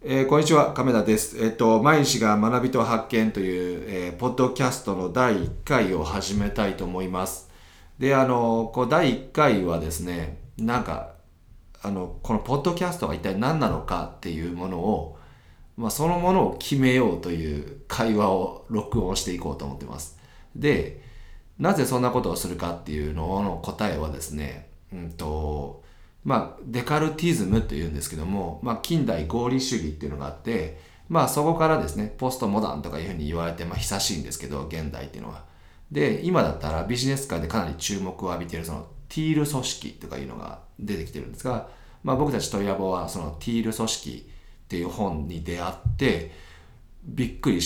こんにちは、亀田です。毎日が学びと発見という、ポッドキャストの第1回を始めたいと思います。で、第1回はですね、このポッドキャストが一体何なのかっていうものを、そのものを決めようという会話を録音していこうと思っています。で、なぜそんなことをするかっていうのの答えはですね、デカルティズムというんですけども、近代合理主義っていうのがあって、そこからですね、ポストモダンとかいうふうに言われて、久しいんですけど、現代っていうのは。で、今だったらビジネス界でかなり注目を浴びているそのティール組織とかいうのが出てきてるんですが、僕たちトイラボはそのティール組織っていう本に出会って、びっくりして、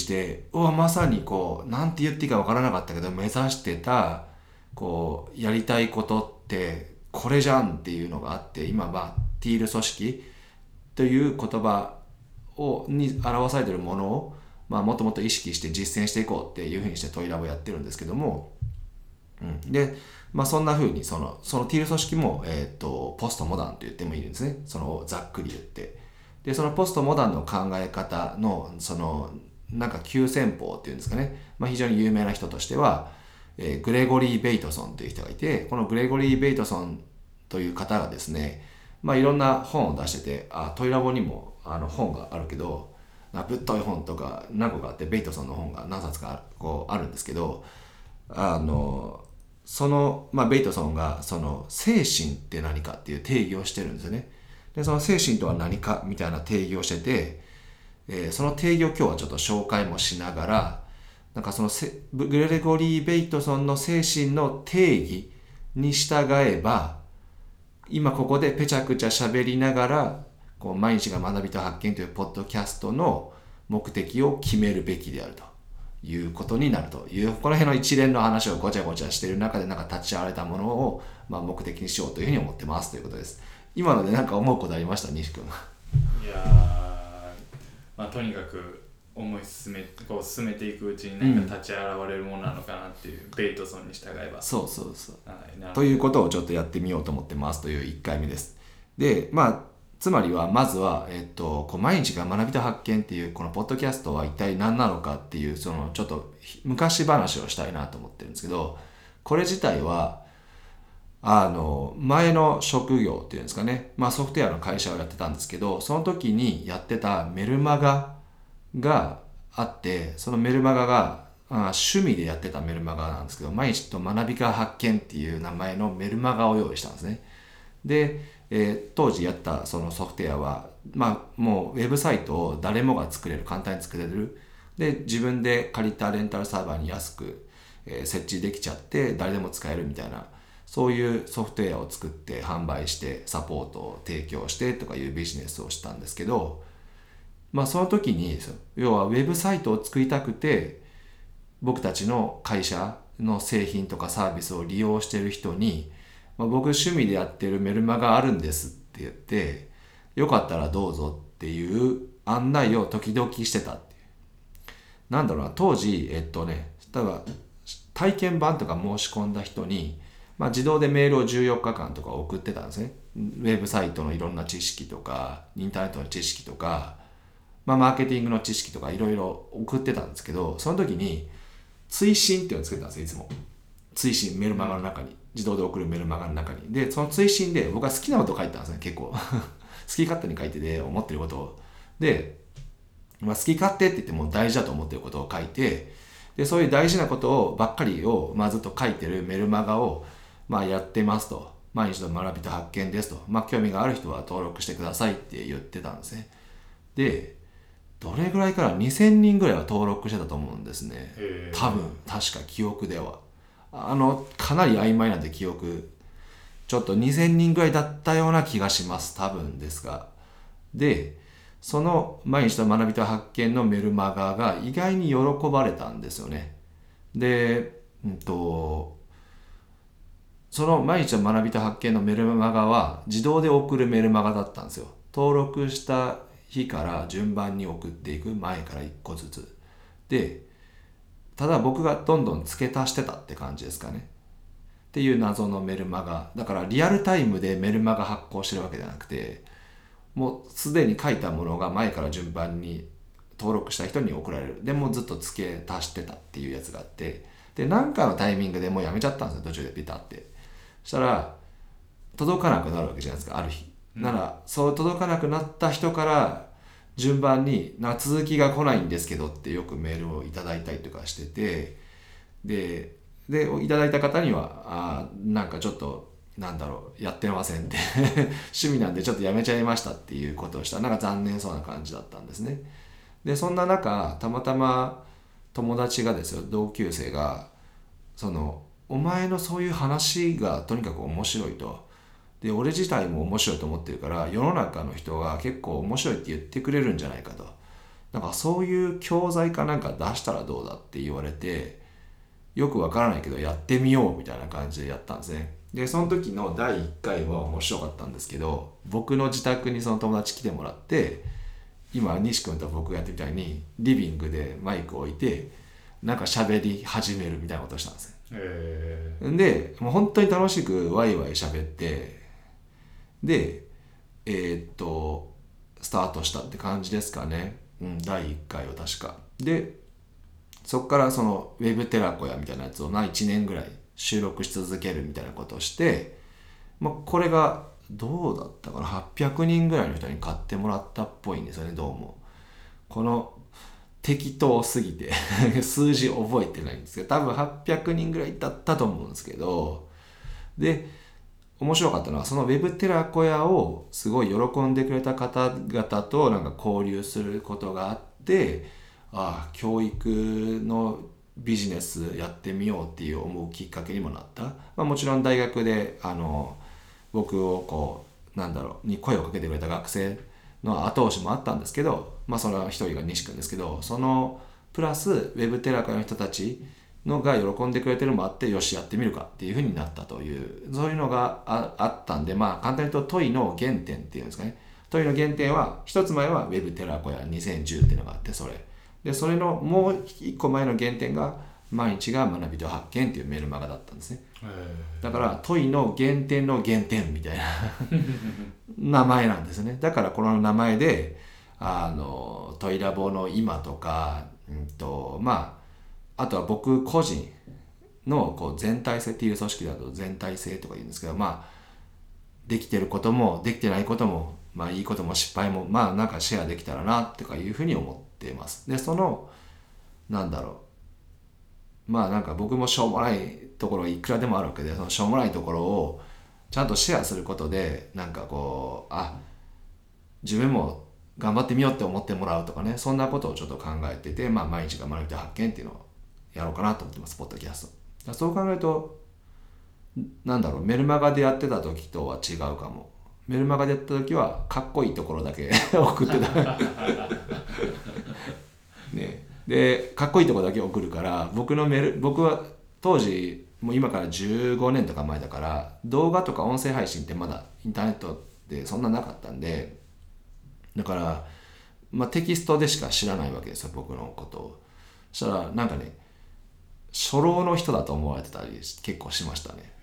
まさになんて言っていいかわからなかったけど、目指してた、やりたいことって、これじゃんっていうのがあって、今ティール組織という言葉に表されているものを、もっともっと意識して実践していこうっていうふうにしてトイラボやってるんですけども、で、そんな風にそのティール組織も、ポストモダンと言ってもいいんですね。そのざっくり言って。で、そのポストモダンの考え方の、急先鋒っていうんですかね。非常に有名な人としては、グレゴリー・ベイトソンという人がいて、このグレゴリー・ベイトソンという方がですね、いろんな本を出してて、トイラボにも本があるけど、ぶっとい本とか何個かあって、ベイトソンの本が何冊かあるんですけど、あの、ベイトソンがその精神って何かっていう定義をしてるんですよね。で、その精神とは何かみたいな定義をしてて、その定義を今日はちょっと紹介もしながら、グレゴリー・ベイトソンの精神の定義に従えば、今ここでペチャクチャ喋りながら、毎日が学びと発見というポッドキャストの目的を決めるべきであるということになるという、この辺の一連の話をごちゃごちゃしている中で立ち会われたものを、目的にしようというふうに思ってますということです。今ので思うことありました西君？ いやとにかく進めていくうちに何か立ち現れるものなのかなっていう、ベイトソンに従えば。 そうそうそう。 はい、 ということをちょっとやってみようと思ってますという1回目です。で、つまりは、まずは、毎日が学びと発見っていう、このポッドキャストは一体何なのかっていう、ちょっと昔話をしたいなと思ってるんですけど、これ自体は、前の職業っていうんですかね、ソフトウェアの会社をやってたんですけど、その時にやってたメルマガがあって、そのメルマガが、趣味でやってたメルマガなんですけど、毎日と学びから発見っていう名前のメルマガを用意したんですね。で、当時やったそのソフトウェアは、もうウェブサイトを誰もが作れる、簡単に作れる。で、自分で借りたレンタルサーバーに安く、設置できちゃって誰でも使えるみたいな、そういうソフトウェアを作って販売してサポートを提供してとかいうビジネスをしたんですけど、その時に要はウェブサイトを作りたくて僕たちの会社の製品とかサービスを利用している人に、僕趣味でやってるメルマガあるんですって言って、よかったらどうぞっていう案内を時々してたっていう。なんだろうな、当時、例えば体験版とか申し込んだ人に、自動でメールを14日間とか送ってたんですね。ウェブサイトのいろんな知識とか、インターネットの知識とか、マーケティングの知識とかいろいろ送ってたんですけど、その時に追伸っていうのをつけてたんですよ、いつも。追伸、メルマガの中に。自動で送るメルマガの中に。で、その追伸で僕は好きなことを書いてたんですね、結構。好き勝手に書いてて、思ってることを。で、好き勝手って言っても大事だと思ってることを書いて、で、そういう大事なことばっかりを、ずっと書いてるメルマガを、やってますと。毎日の学びと発見ですと。興味がある人は登録してくださいって言ってたんですね。で、どれぐらいから2000人ぐらいは登録してたと思うんですね。多分、確か記憶では。かなり曖昧なんで記憶。ちょっと2000人ぐらいだったような気がします。多分ですが。で、その毎日の学びと発見のメルマガが意外に喜ばれたんですよね。で、その毎日の学びと発見のメルマガは自動で送るメルマガだったんですよ。登録した日から順番に送っていく、前から1個ずつ。で、ただ僕がどんどん付け足してたって感じですかね。っていう謎のメルマガ。だからリアルタイムでメルマガ発行してるわけじゃなくて、 もうすでに書いたものが前から順番に登録した人に送られる。でもうずっと付け足してたっていうやつがあって、で何かのタイミングでもうやめちゃったんですよ、途中でピタって。そしたら届かなくなるわけじゃないですか、ある日。ならそう届かなくなった人から順番に続きが来ないんですけどってよくメールをいただいたりとかしてて、でいただいた方にはなんかちょっとなんだろうやってませんって趣味なんでちょっとやめちゃいましたっていうことをした。なんか残念そうな感じだったんですね。でそんな中たまたま友達がですよ、同級生がお前のそういう話がとにかく面白いと、で俺自体も面白いと思ってるから世の中の人が結構面白いって言ってくれるんじゃないかと、なんかそういう教材かなんか出したらどうだって言われて、よくわからないけどやってみようみたいな感じでやったんですね。でその時の第1回は面白かったんですけど、僕の自宅にその友達来てもらって、今西君と僕がやってみたいにリビングでマイクを置いてなんか喋り始めるみたいなことをしたんですね。でもう本当に楽しくワイワイ喋って、でスタートしたって感じですかね、第1回は確かで、そこからそのウェブ寺子屋みたいなやつを1年ぐらい収録し続けるみたいなことをして、これがどうだったかな、800人ぐらいの人に買ってもらったっぽいんですよね。どうもこの適当すぎて数字覚えてないんですけど、多分800人ぐらいだったと思うんですけど、で面白かったのはそのウェブ寺子屋をすごい喜んでくれた方々となんか交流することがあって、教育のビジネスやってみようっていう思うきっかけにもなった。もちろん大学で僕をに声をかけてくれた学生の後押しもあったんですけど、その一人が西君ですけど、そのプラスウェブテラカの人たちのが喜んでくれてるのもあって、よしやってみるかっていう風になったという、そういうのが あったんで、簡単に言うと問いの原点っていうんですかね。問いの原点は一つ前はウェブテラコや2010っていうのがあって、それのもう一個前の原点が毎日が学びと発見っていうメルマガだったんですね。だから問いの原点の原点みたいな名前なんですね。だからこの名前で問いラボの今とか、あとは僕個人の全体性っていう組織だと全体性とか言うんですけど、できてることもできてないことも、いいことも失敗もなんかシェアできたらなとかいうふうに思っています。でなんか僕もしょうもないところいくらでもあるわけで、そのしょうもないところをちゃんとシェアすることで自分も頑張ってみようって思ってもらうとかね、そんなことをちょっと考えてて、毎日が学びと発見っていうのをやろうかなと思ってます、ポッドキャスト。そう考えるとメルマガでやってた時とは違うかも。メルマガでやった時はかっこいいところだけ送ってたね。でかっこいいところだけ送るから、僕は当時もう今から15年とか前だから、動画とか音声配信ってまだインターネットでそんななかったんで、だからテキストでしか知らないわけですよ、僕のことを。そしたら初老の人だと思われてたり結構しましたね。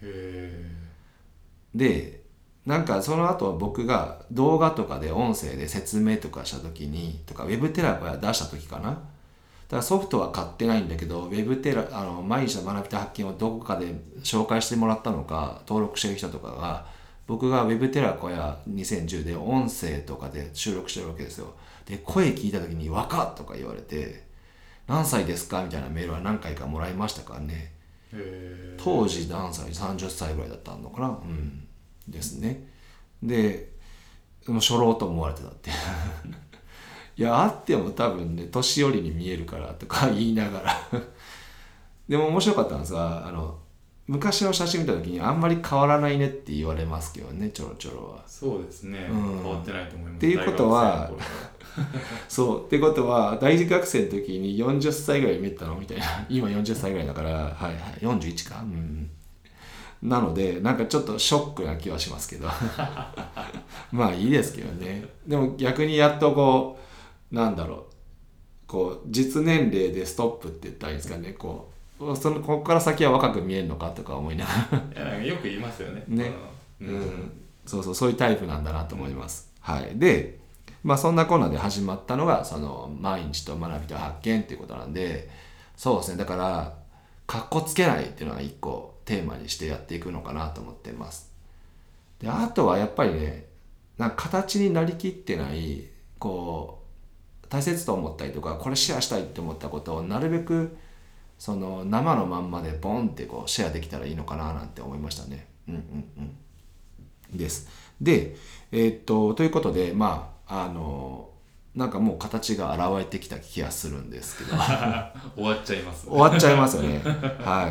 でその後僕が動画とかで音声で説明とかした時にウェブテラピー出した時かな。だからソフトは買ってないんだけど、ウェブ毎日の学びと発見をどこかで紹介してもらったのか、登録してる人とかが、僕がウェブテラコや2010で音声とかで収録してるわけですよ。で声聞いた時に若っとか言われて、何歳ですかみたいなメールは何回かもらいましたからね。当時何歳、30歳ぐらいだったのかな、ですね。で初老と思われてたっていやあっても多分ね年寄りに見えるからとか言いながらでも面白かったんですが、昔の写真見た時にあんまり変わらないねって言われますけどね、ちょろちょろは。 そうですね、変わってないと思います。 っていうことはそうってことは大学生の時に40歳ぐらい見えたのみたいな。今40歳ぐらいだから、41か、なのでちょっとショックな気はしますけどいいですけどね。でも逆にやっと実年齢でストップって言ったらいいんですかね。ここから先は若く見えるのかとか思いながらいやよく言いますよね。 ね、そういうタイプなんだなと思います。 はい。で、そんなこんなで始まったのが、その、毎日と学びと発見っていうことなんで、そうですね。だから、かっこつけないっていうのが一個テーマにしてやっていくのかなと思っています。で、あとはやっぱりね、なんか形になりきってない、大切と思ったりとか、これシェアしたいって思ったことをなるべく、その、生のまんまでボンってシェアできたらいいのかななんて思いましたね。です。で、ということで、なんかもう形が現れてきた気がするんですけど終わっちゃいますね。 終わっちゃいますよね。はい。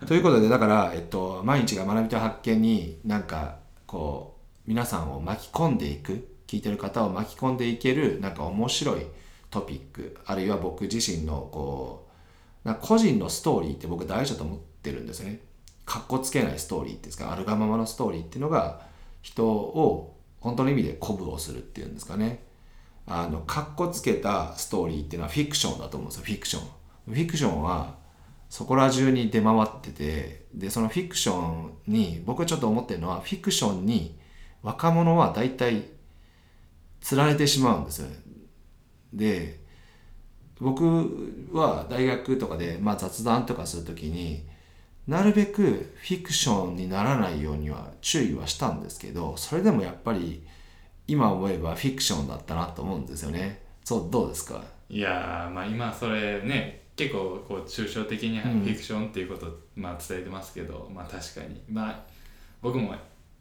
ということで、だから、毎日が学びと発見になんか、皆さんを巻き込んでいく、聞いてる方を巻き込んでいける、なんか面白いトピック、あるいは僕自身の、なんか個人のストーリーって僕大事だと思ってるんですよね。かっこつけないストーリーっていうんですか、あるがままのストーリーっていうのが、人を本当の意味で鼓舞をするっていうんですかね。かっこつけたストーリーっていうのはフィクションだと思うんですよ。フィクション。フィクションはそこら中に出回ってて、で、そのフィクションに、僕ちょっと思ってるのは、フィクションに若者は大体釣られてしまうんですよね。で、僕は大学とかで、雑談とかするときに、なるべくフィクションにならないようには注意はしたんですけど、それでもやっぱり今思えばフィクションだったなと思うんですよね。そう、どうですか？ いやー、今それね、結構抽象的にフィクションっていうことを、伝えてますけど、確かに僕も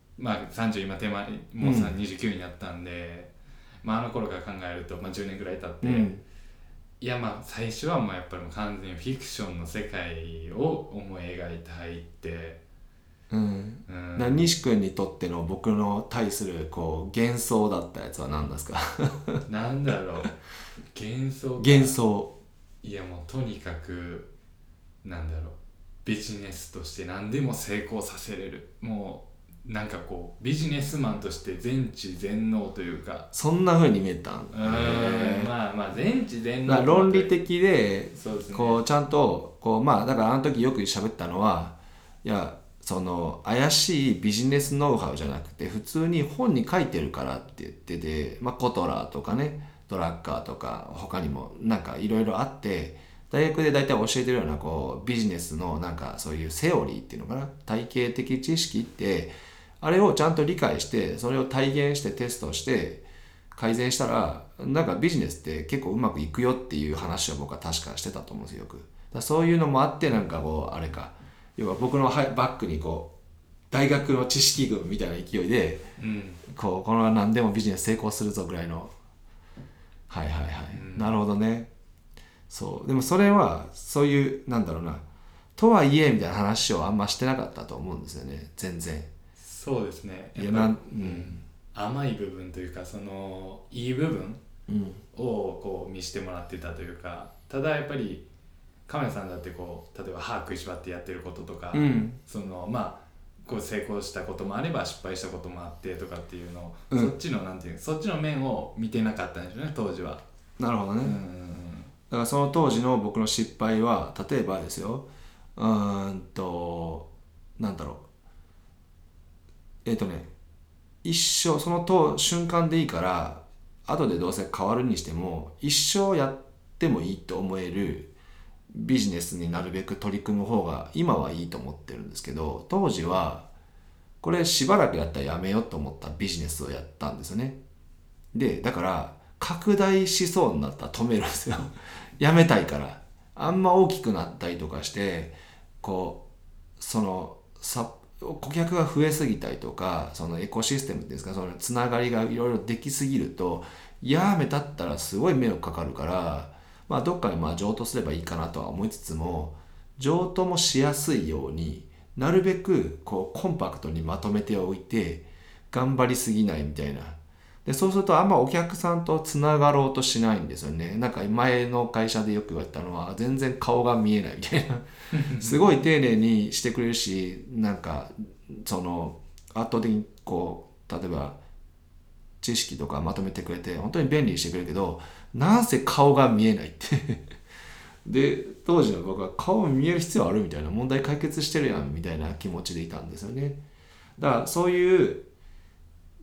30今手前もう29になったんで、あの頃から考えると、10年ぐらい経って、いや最初はもうやっぱりもう完全にフィクションの世界を思い描いて入って、 西君にとっての僕の対する幻想だったやつは何ですか？ なんだろう、幻想か。 幻想。 いやもうとにかくなんだろう、ビジネスとして何でも成功させれる、もうなんかビジネスマンとして全知全能というか、 そんな風に見えたん？ 全知全能論理的で、 そうですね、 ちゃんとだからあの時よく喋ったのは、いやその怪しいビジネスノウハウじゃなくて普通に本に書いてるからって言ってて、コトラーとかね、ドラッカーとか他にもなんかいろいろあって、大学で大体教えてるようなビジネスのなんかそういうセオリーっていうのかな、体系的知識って、あれをちゃんと理解してそれを体現してテストして改善したら、なんかビジネスって結構うまくいくよっていう話を僕は確かしてたと思うんですよ、よく。そういうのもあって、なんかあれか、要は僕のバックに大学の知識群みたいな勢いで、この何でもビジネス成功するぞぐらいの、はいはいはい、なるほどね。そう、でもそれはそういうなんだろうな、とはいえみたいな話をあんましてなかったと思うんですよね、全然。 そうですね、 いや甘い部分というか、そのいい部分を見せてもらってたというか、ただやっぱり亀谷さんだって例えば歯食いしばってやってることとか、その成功したこともあれば失敗したこともあってとかっていうのを、そっちのなんていうそっちの面を見てなかったんでしょうね、当時は。 なるほどね。だからその当時の僕の失敗は、例えばですよ、なんだろう、一生その瞬間でいいから、後でどうせ変わるにしても一生やってもいいと思えるビジネスになるべく取り組む方が今はいいと思ってるんですけど、当時はこれしばらくやったらやめようと思ったビジネスをやったんですよね。で、だから拡大しそうになったら止めるんですよ。やめたいから。あんま大きくなったりとかして、顧客が増えすぎたりとか、そのエコシステムっていうんですか、そのつながりがいろいろできすぎると、やめたったらすごい迷惑かかるから、どっかに譲渡すればいいかなとは思いつつも、譲渡もしやすいようになるべくコンパクトにまとめておいて、頑張りすぎないみたいな。で、そうするとあんまお客さんとつながろうとしないんですよね。なんか前の会社でよく言われたのは、全然顔が見えないみたいな。すごい丁寧にしてくれるし、なんかその圧倒的に例えば知識とかまとめてくれて本当に便利にしてくれるけど、なんせ顔が見えないってで、当時の僕は顔見える必要あるみたいな、問題解決してるやんみたいな気持ちでいたんですよね。だからそういう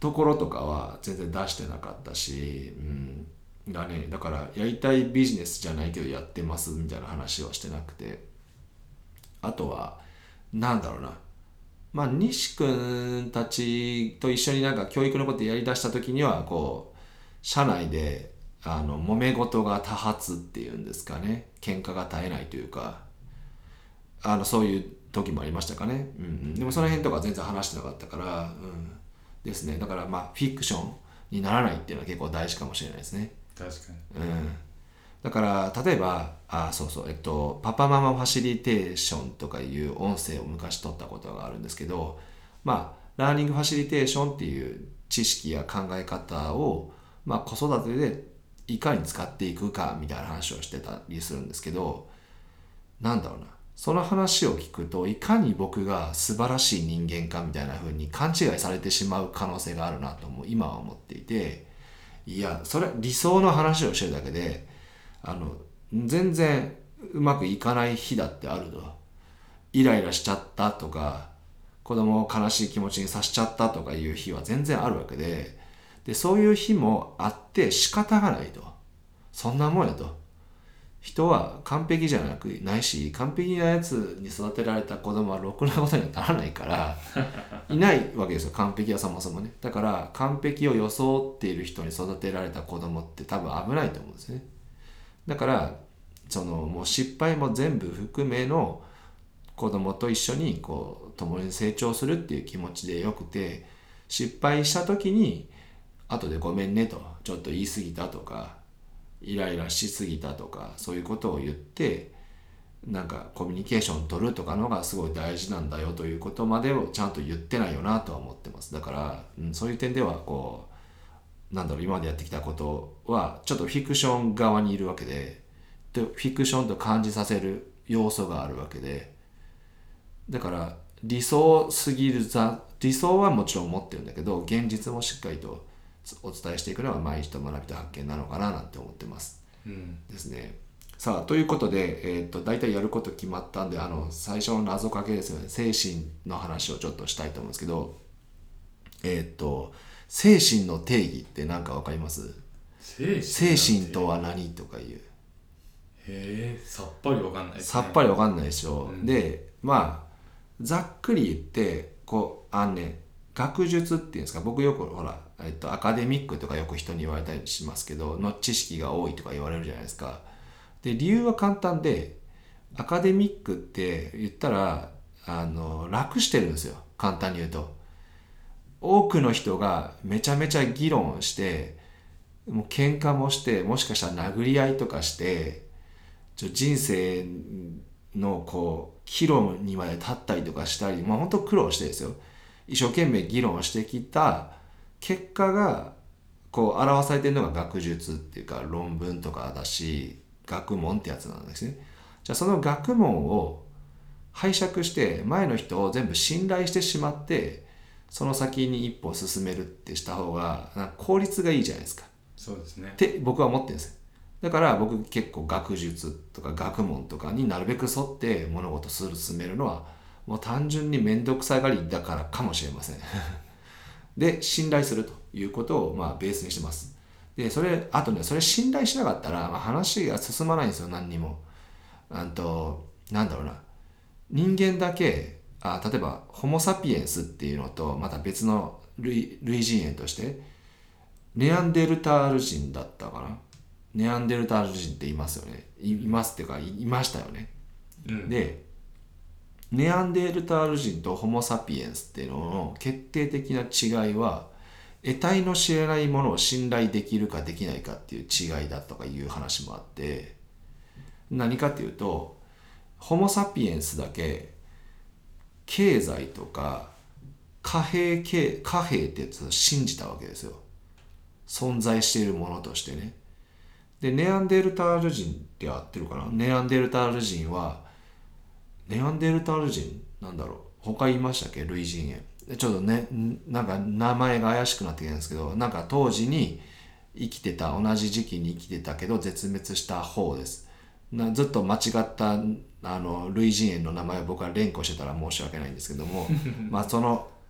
ところとかは全然出してなかったし、だからやりたいビジネスじゃないけどやってますみたいな話はしてなくて、あとはなんだろうな、西君たちと一緒になんか教育のことやりだした時にはこう社内で揉め事が多発っていうんですかね、喧嘩が絶えないというか、そういう時もありましたかね。でもその辺とか全然話してなかったから、ですね。だからフィクションにならないっていうのは結構大事かもしれないですね。 確かに。 だから例えばパパママファシリテーションとかいう音声を昔取ったことがあるんですけど、ラーニングファシリテーションっていう知識や考え方を、子育てでいかに使っていくかみたいな話をしてたりするんですけど、なんだろうな、その話を聞くといかに僕が素晴らしい人間かみたいな風に勘違いされてしまう可能性があるなと今は思っていて、いやそれ理想の話をしてるだけで全然うまくいかない日だってあると。イライラしちゃったとか子供を悲しい気持ちにさせちゃったとかいう日は全然あるわけで、そういう日もあって仕方がないと。そんなもんやと。人は完璧じゃないし、完璧なやつに育てられた子供はろくなことにはならないからいないわけですよ、完璧はそもそもね。だから完璧を装っている人に育てられた子供って多分危ないと思うんですね。だからもう失敗も全部含めの子供と一緒にこう共に成長するっていう気持ちでよくて、失敗した時に後でごめんねと、ちょっと言い過ぎたとかイライラしすぎたとかそういうことを言ってなんかコミュニケーション取るとかのがすごい大事なんだよということまでをちゃんと言ってないよなとは思ってます。だから、そういう点ではこう今までやってきたことはちょっとフィクション側にいるわけで、フィクションと感じさせる要素があるわけで、だから理想はもちろん持ってるんだけど、現実もしっかりとお伝えしていくのが毎日と学びと発見なのかななんて思ってます、ですね。さあということで、大体やること決まったんで最初の謎かけですよね、精神の話をちょっとしたいと思うんですけど、精神の定義って何か分かります？精神とは何とかいう。 さっぱり分かんないですね。 さっぱり分かんないでしょ、でざっくり言ってこう学術っていうんですか、僕よくほら、アカデミックとかよく人に言われたりしますけどの知識が多いとか言われるじゃないですか。で理由は簡単で、アカデミックって言ったら楽してるんですよ、簡単に言うと。多くの人がめちゃめちゃ議論してもう喧嘩もして、もしかしたら殴り合いとかして人生のこう岐路にまで立ったりとかしたり、本当苦労してですよ、一生懸命議論してきた結果がこう表されてるのが学術っていうか論文とかだし、学問ってやつなんですね。じゃあその学問を拝借して前の人を全部信頼してしまってその先に一歩進めるってした方が効率がいいじゃないですか。 そうですね。 って僕は思ってるんですよ。だから僕結構学術とか学問とかになるべく沿って物事を進めるのはもう単純に面倒くさがりだからかもしれませんで信頼するということをベースにしてます。であとね、それ信頼しなかったら話が進まないんですよ、何にも。なんだろうな、人間だけ例えばホモ・サピエンスっていうのとまた別の類人猿としてネアンデルタール人だったかな。ネアンデルタール人っていますよね。いますっていうかいましたよね、でネアンデルタール人とホモ・サピエンスっていうのの決定的な違いは得体の知れないものを信頼できるかできないかっていう違いだとかいう話もあって、何かっていうとホモ・サピエンスだけ経済とか貨幣ってやつを信じたわけですよ、存在しているものとしてね。でネアンデルタール人って合ってるかな。ネアンデルタール人なんだろう、他言いましたっけ、類人猿。ちょっとね、なんか名前が怪しくなってきたんですけど、なんか当時に生きてた、同じ時期に生きてたけど絶滅した方です。ずっと間違った類人猿の名前を僕は連呼してたら申し訳ないんですけどもその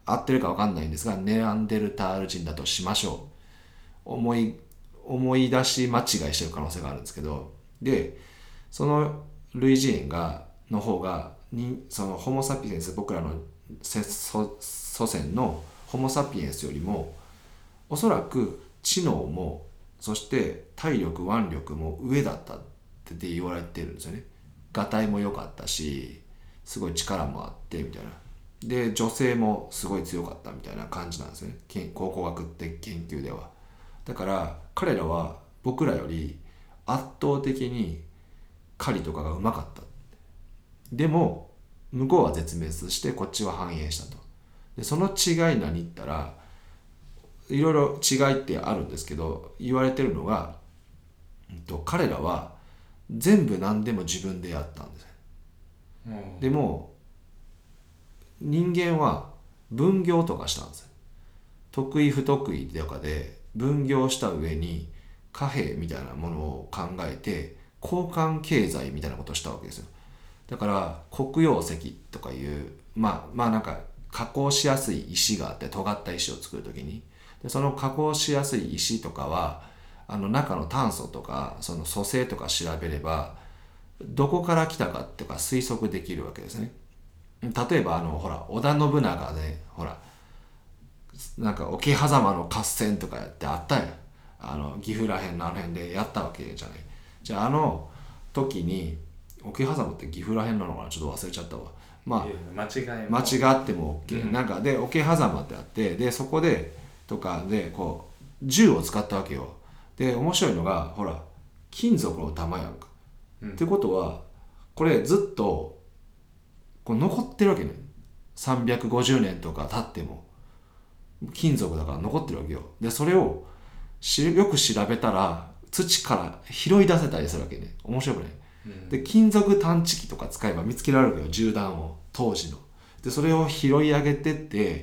合ってるか分かんないんですが、ネアンデルタール人だとしましょう。思い出し間違いしてる可能性があるんですけど、でその類人猿の方がそのホモ・サピエンス、僕らの祖先のホモ・サピエンスよりもおそらく知能もそして体力腕力も上だったって言われてるんですよね。がたいも良かったし、すごい力もあってみたいな。で女性もすごい強かったみたいな感じなんですね、考古学的研究では。だから彼らは僕らより圧倒的に狩りとかがうまかった。でも向こうは絶滅してこっちは繁栄したと。でその違い何言ったら、いろいろ違いってあるんですけど、言われてるのが、彼らは全部何でも自分でやったんです。でも人間は分業とかしたんです。得意不得意とかで分業した上に貨幣みたいなものを考えて交換経済みたいなことをしたわけですよ。だから黒曜石とかいうまあなんか加工しやすい石があって、尖った石を作るときに、でその加工しやすい石とかは中の炭素とかその組成とか調べればどこから来たかっていうか推測できるわけですね。例えばほら織田信長でほらなんか桶狭間の合戦とかやってあったやん。岐阜らへんの辺でやったわけじゃない。じゃあ時に桶狭間って岐阜らへんなのかな、ちょっと忘れちゃったわ。まあ間違っても OK、なんかで桶狭間ってあって、でそこでとかでこう銃を使ったわけよ。で面白いのがほら金属の弾やんか、ってことはこれずっとこう残ってるわけね。350年とか経っても金属だから残ってるわけよ。でそれをよく調べたら土から拾い出せたりするわけね。面白くない？で金属探知機とか使えば見つけられるわけよ、銃弾を当時の。でそれを拾い上げてって、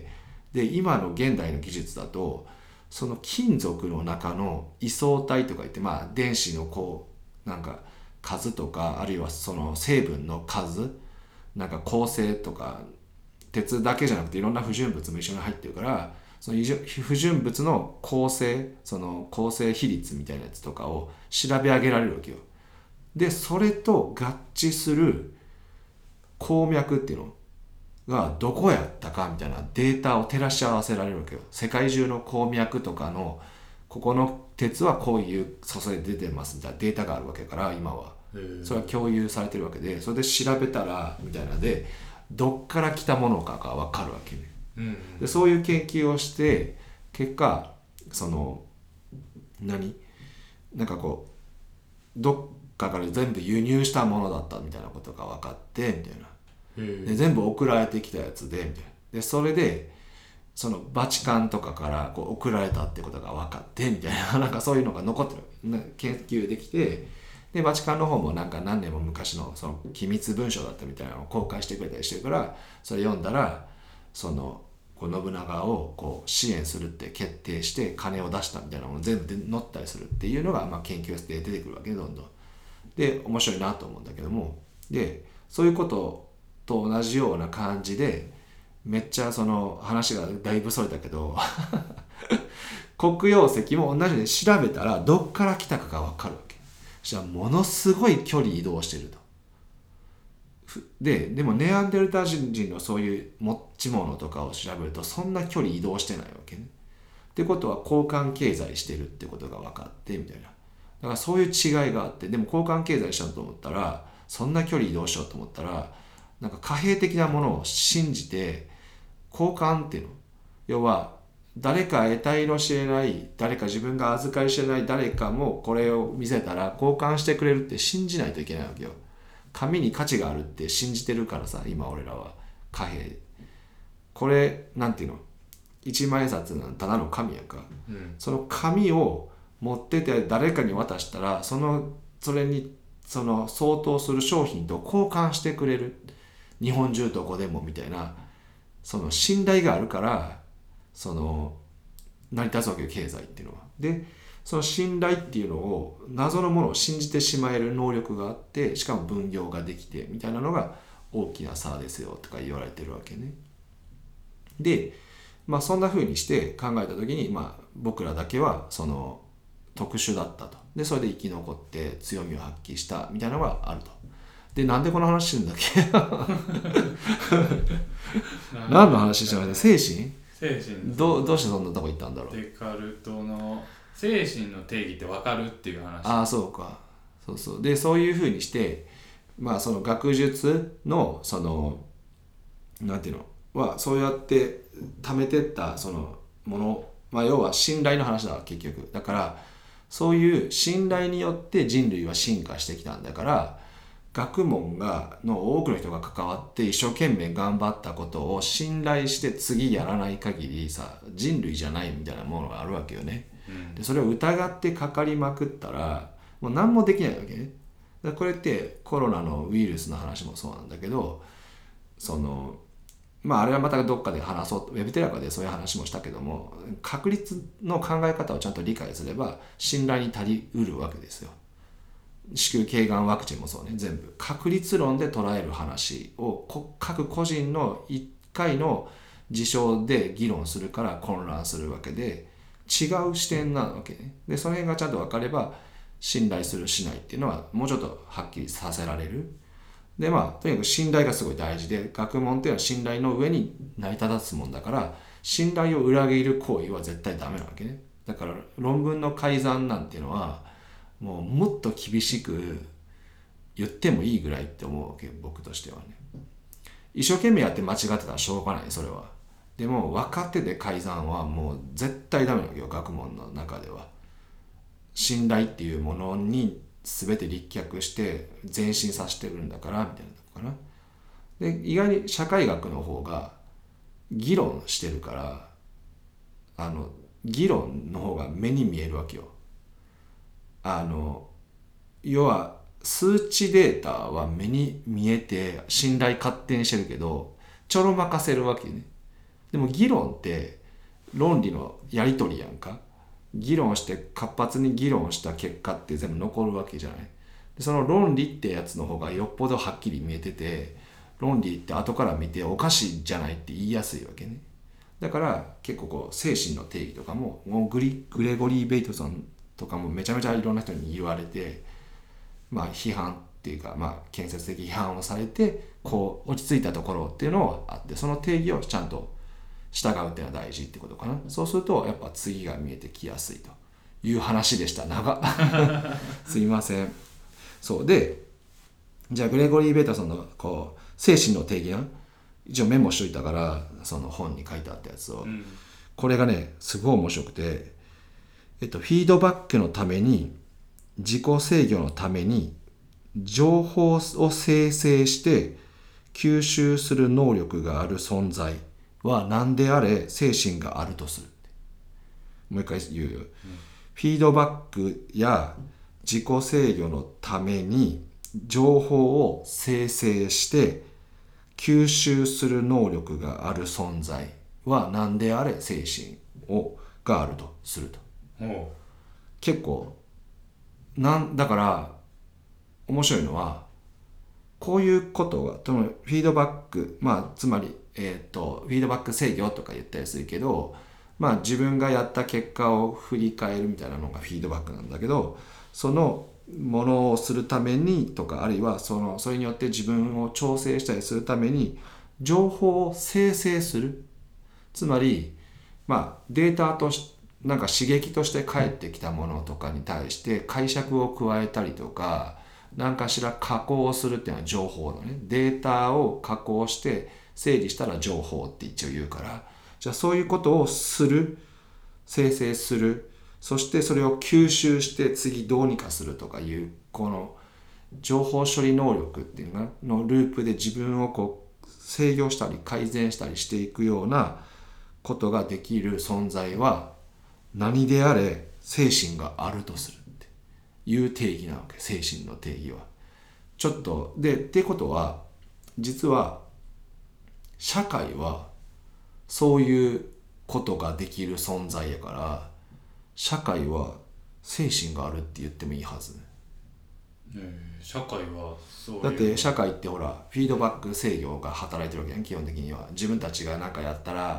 で今の現代の技術だとその金属の中の位相体とか言って、まあ電子のこうなんか数とか、あるいはその成分の数、なんか構成とか、鉄だけじゃなくていろんな不純物も一緒に入ってるから、その不純物の構成、その構成比率みたいなやつとかを調べ上げられるわけよ。でそれと合致する鉱脈っていうのがどこやったかみたいなデータを照らし合わせられるわけよ。世界中の鉱脈とかのここの鉄はこういう素材で出てますみたいなデータがあるわけから、今はそれは共有されてるわけで、それで調べたらみたいなでどっから来たものかが分かるわけね。でそういう研究をして結果そのなんかこうどっかから全部輸入したものだったみたいなことが分かってみたいな。で全部送られてきたやつでみたいな。でそれでそのバチカンとかからこう送られたってことが分かってみたいな、なんかそういうのが残ってる、研究できて、でバチカンの方もなんか何年も昔のその機密文書だったみたいなのを公開してくれたりしてるから、それ読んだらそのこう信長をこう支援するって決定して金を出したみたいなもの全部で載ったりするっていうのが、まあ研究で出てくるわけで、どんどんで面白いなと思うんだけども、でそういうことと同じような感じでめっちゃその話がだいぶそれたけど黒曜石も同じで調べたらどっから来たかが分かるわけ。じゃあものすごい距離移動してると。でもネアンデルター人のそういう持ち物とかを調べるとそんな距離移動してないわけね。ってことは交換経済してるってことが分かってみたいな。だからそういう違いがあって、でも交換経済しようと思ったら、そんな距離移動しようと思ったらなんか貨幣的なものを信じて交換っていうの、要は誰か得体の知れない、誰か自分が預かり知れない誰かもこれを見せたら交換してくれるって信じないといけないわけよ。紙に価値があるって信じてるからさ、今俺らは貨幣、これなんていうの、一万円札なんただの紙やんか、その紙を持ってて誰かに渡したらそれにその相当する商品と交換してくれる、日本中どこでもみたいな、その信頼があるからその成り立つわけよ、経済っていうのは。でその信頼っていうのを、謎のものを信じてしまえる能力があって、しかも分業ができてみたいなのが大きな差ですよとか言われてるわけね。でまあそんな風にして考えた時に、まあ僕らだけはその特殊だったと。でそれで生き残って強みを発揮したみたいなのがあると。でなんでこの話してるんだっけ何の話してるんだっけ。精神どうしてそんなとこ行ったんだろう。 デカルトの精神の定義って分かるっていう話。 ああそうか。そうそう。でそういう風にしてまあその学術のそのなんていうのはそうやって貯めてったそのもの、まあ要は信頼の話だ結局。だからそういう信頼によって人類は進化してきたんだから、学問の多くの人が関わって一生懸命頑張ったことを信頼して次やらない限りさ、人類じゃないみたいなものがあるわけよね。でそれを疑ってかかりまくったらもう何もできないわけね。だからこれってコロナのウイルスの話もそうなんだけど、そのまああれはまたどっかで話そう、ウェブテラカでそういう話もしたけども、確率の考え方をちゃんと理解すれば信頼に足りうるわけですよ。子宮頸がんワクチンもそうね、全部確率論で捉える話を各個人の1回の事象で議論するから混乱するわけで、違う視点なわけね。でその辺がちゃんと分かれば信頼するしないっていうのはもうちょっとはっきりさせられる。でまあとにかく信頼がすごい大事で、学問っていうのは信頼の上に成り立つもんだから、信頼を裏切る行為は絶対ダメなわけね。だから論文の改ざんなんていうのはもっと厳しく言ってもいいぐらいって思うわけ、僕としてはね。一生懸命やって間違ってたらしょうがない、それは。でも分かってて改ざんはもう絶対ダメなわけよ、学問の中では。信頼っていうものに全て立脚して前進させてるんだからみたいなとこかな。で意外に社会学の方が議論してるから、議論の方が目に見えるわけよ。要は数値データは目に見えて信頼勝手にしてるけどちょろまかせるわけね。でも議論って論理のやり取りやんか。議論して活発に議論した結果って全部残るわけじゃない。でその論理ってやつの方がよっぽどはっきり見えてて、論理って後から見ておかしいじゃないって言いやすいわけね。だから結構こう精神の定義とかもグレゴリー・ベイトソンとかもめちゃめちゃいろんな人に言われて、まあ批判っていうか、まあ建設的批判をされて、こう落ち着いたところっていうのがあって、その定義をちゃんと従うっていうのは大事ってことかな。そうするとやっぱ次が見えてきやすいという話でした。長すいません。そうで、じゃあグレゴリー・ベータソンのこう精神の定義な、一応メモしといたから、その本に書いてあったやつを、これがねすごい面白くて、フィードバックのために、自己制御のために情報を生成して吸収する能力がある存在は何であれ精神があるとする。もう一回言うよ、フィードバックや自己制御のために情報を生成して吸収する能力がある存在は何であれ精神があるとすると。結構だから面白いのは、こういうことがフィードバック、まあつまりフィードバック制御とか言ったりするけど、まあ自分がやった結果を振り返るみたいなのがフィードバックなんだけど、そのものをするためにとか、あるいはそれによって自分を調整したりするために情報を生成する。つまりまあデータとしてなんか刺激として返ってきたものとかに対して解釈を加えたりとか、何かしら加工をするっていうのは情報のね、データを加工して整理したら情報って一応言うから、じゃあそういうことをする、生成する、そしてそれを吸収して次どうにかするとかいう、この情報処理能力っていうのループで自分をこう制御したり改善したりしていくようなことができる存在は何であれ精神があるとするっていう定義なわけ。精神の定義はちょっとで、ってことは実は社会はそういうことができる存在やから、社会は精神があるって言ってもいいはず。 社会はそういう、 だって社会ってほらフィードバック制御が働いてるわけやん。基本的には自分たちが何かやったら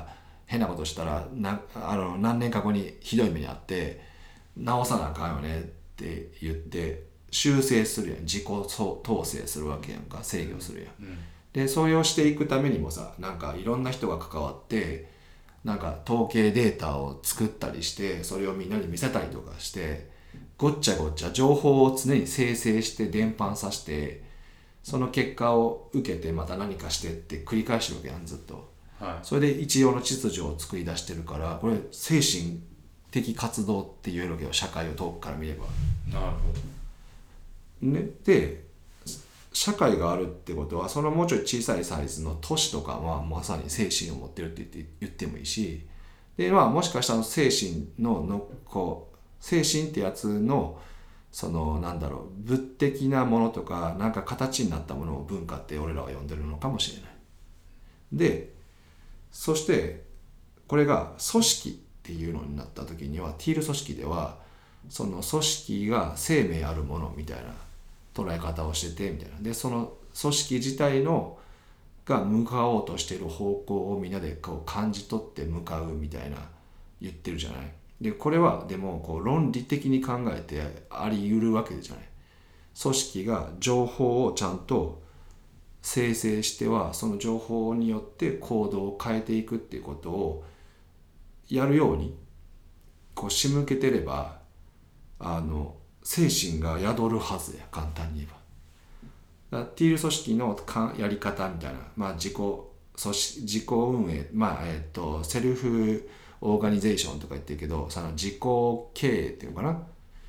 変なことしたら何年か後にひどい目にあって直さなあかんよねって言って修正するやん、自己統制するわけやんか、制御するやん、でそれをしていくためにもさ、なんかいろんな人が関わってなんか統計データを作ったりしてそれをみんなに見せたりとかしてごっちゃごっちゃ情報を常に生成して伝播させてその結果を受けてまた何かしてって繰り返してるわけやんずっと、 はい、 それで一応の秩序を作り出してるからこれ精神的活動って言えるわけよ、社会を遠くから見れば。 なるほど、 ね、で社会があるってことはそのもうちょい小さいサイズの都市とかはまさに精神を持ってるって言ってもいいし、でもしかしたら精神のこう精神ってやつのそのなんだろう物的なものとかなんか形になったものを文化って俺らは呼んでるのかもしれない。でそしてこれが組織っていうのになった時にはティール組織ではその組織が生命あるものみたいな捉え方をしててみたいな。でその組織自体のが向かおうとしている方向をみんなでこう感じ取って向かうみたいな言ってるじゃない。でこれはでもこう論理的に考えてあり得るわけじゃない。組織が情報をちゃんと生成してはその情報によって行動を変えていくっていうことをやるようにこう仕向けてれば精神が宿るはずや、簡単に言えば。だティール組織のやり方みたいな、自己運営、セルフオーガニゼーションとか言ってるけど、その自己経営っていうのかな、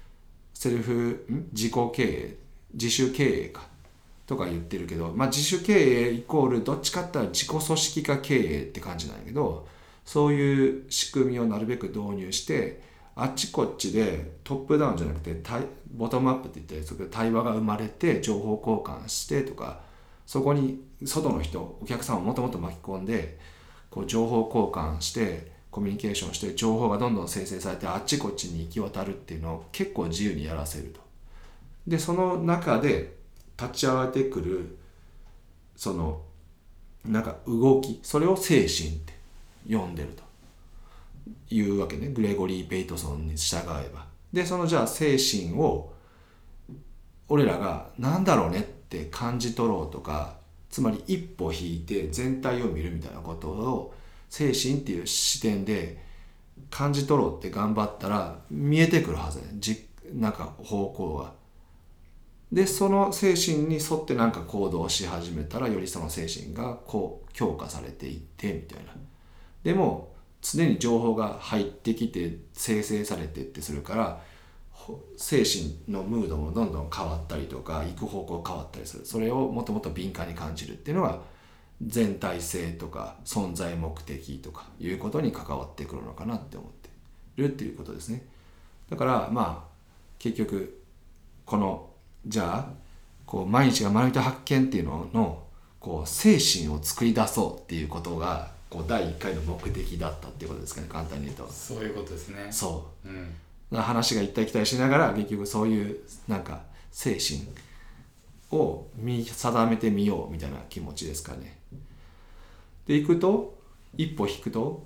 自己経営、自主経営かとか言ってるけど、自主経営イコールどっちかって言ったら自己組織化経営って感じなんやけど、そういう仕組みをなるべく導入してあっちこっちでトップダウンじゃなくてボトムアップって言ってそこで対話が生まれて情報交換してとか、そこに外の人お客さんをもっともっと巻き込んでこう情報交換してコミュニケーションして情報がどんどん生成されてあっちこっちに行き渡るっていうのを結構自由にやらせると。でその中で立ち上がってくるそのなんか動き、それを精神って呼んでるというわけね、グレゴリー・ベイトソンに従えば。でそのじゃあ精神を俺らがなんだろうねって感じ取ろうとか、つまり一歩引いて全体を見るみたいなことを精神っていう視点で感じ取ろうって頑張ったら見えてくるはずね、なんか方向が。でその精神に沿ってなんか行動し始めたらよりその精神がこう強化されていってみたいな。でも常に情報が入ってきて生成されてってするから精神のムードもどんどん変わったりとか行く方向変わったりする。それをもっともっと敏感に感じるっていうのが全体性とか存在目的とかいうことに関わってくるのかなって思ってるっていうことですね。だから結局このじゃあこう毎日が学びと発見っていうののこう精神を作り出そうっていうことがこう第1回の目的だったっていうことですかね、簡単に言うと。 そういうことですね。 そう、 うん、 話が行ったり来たりしながら結局そういうなんか精神を見定めてみようみたいな気持ちですかね。で行くと一歩引くと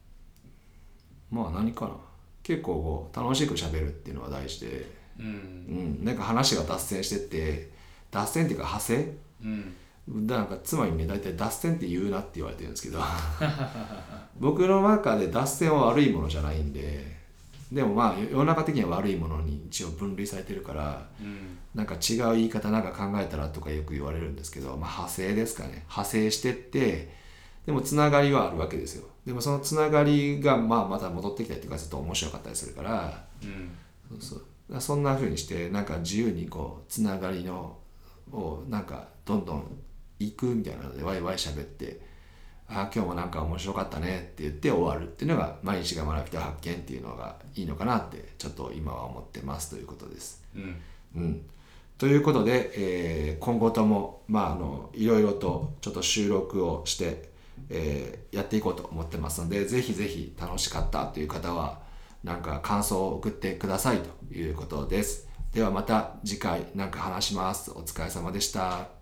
何かな、結構こう楽しく喋るっていうのは大事で、なんか話が脱線してって脱線っていうか派生、なんかつまりね大体脱線って言うなって言われてるんですけど僕の中で脱線は悪いものじゃないんで、でも世の中的には悪いものに一応分類されてるから、なんか違う言い方なんか考えたらとかよく言われるんですけど、派生ですかね。派生してってでもつながりはあるわけですよ。でもそのつながりがまた戻ってきたりとかすると面白かったりするから、そんな風にしてなんか自由にこうつながりのをなんかどんどん行くみたいなのでワイワイ喋って、今日もなんか面白かったねって言って終わるっていうのが毎日が学びと発見っていうのがいいのかなってちょっと今は思ってますということです。ということで、今後ともいろいろとちょっと収録をして、やっていこうと思ってますので、ぜひぜひ楽しかったという方はなんか感想を送ってくださいということです。ではまた次回なんか話します。お疲れ様でした。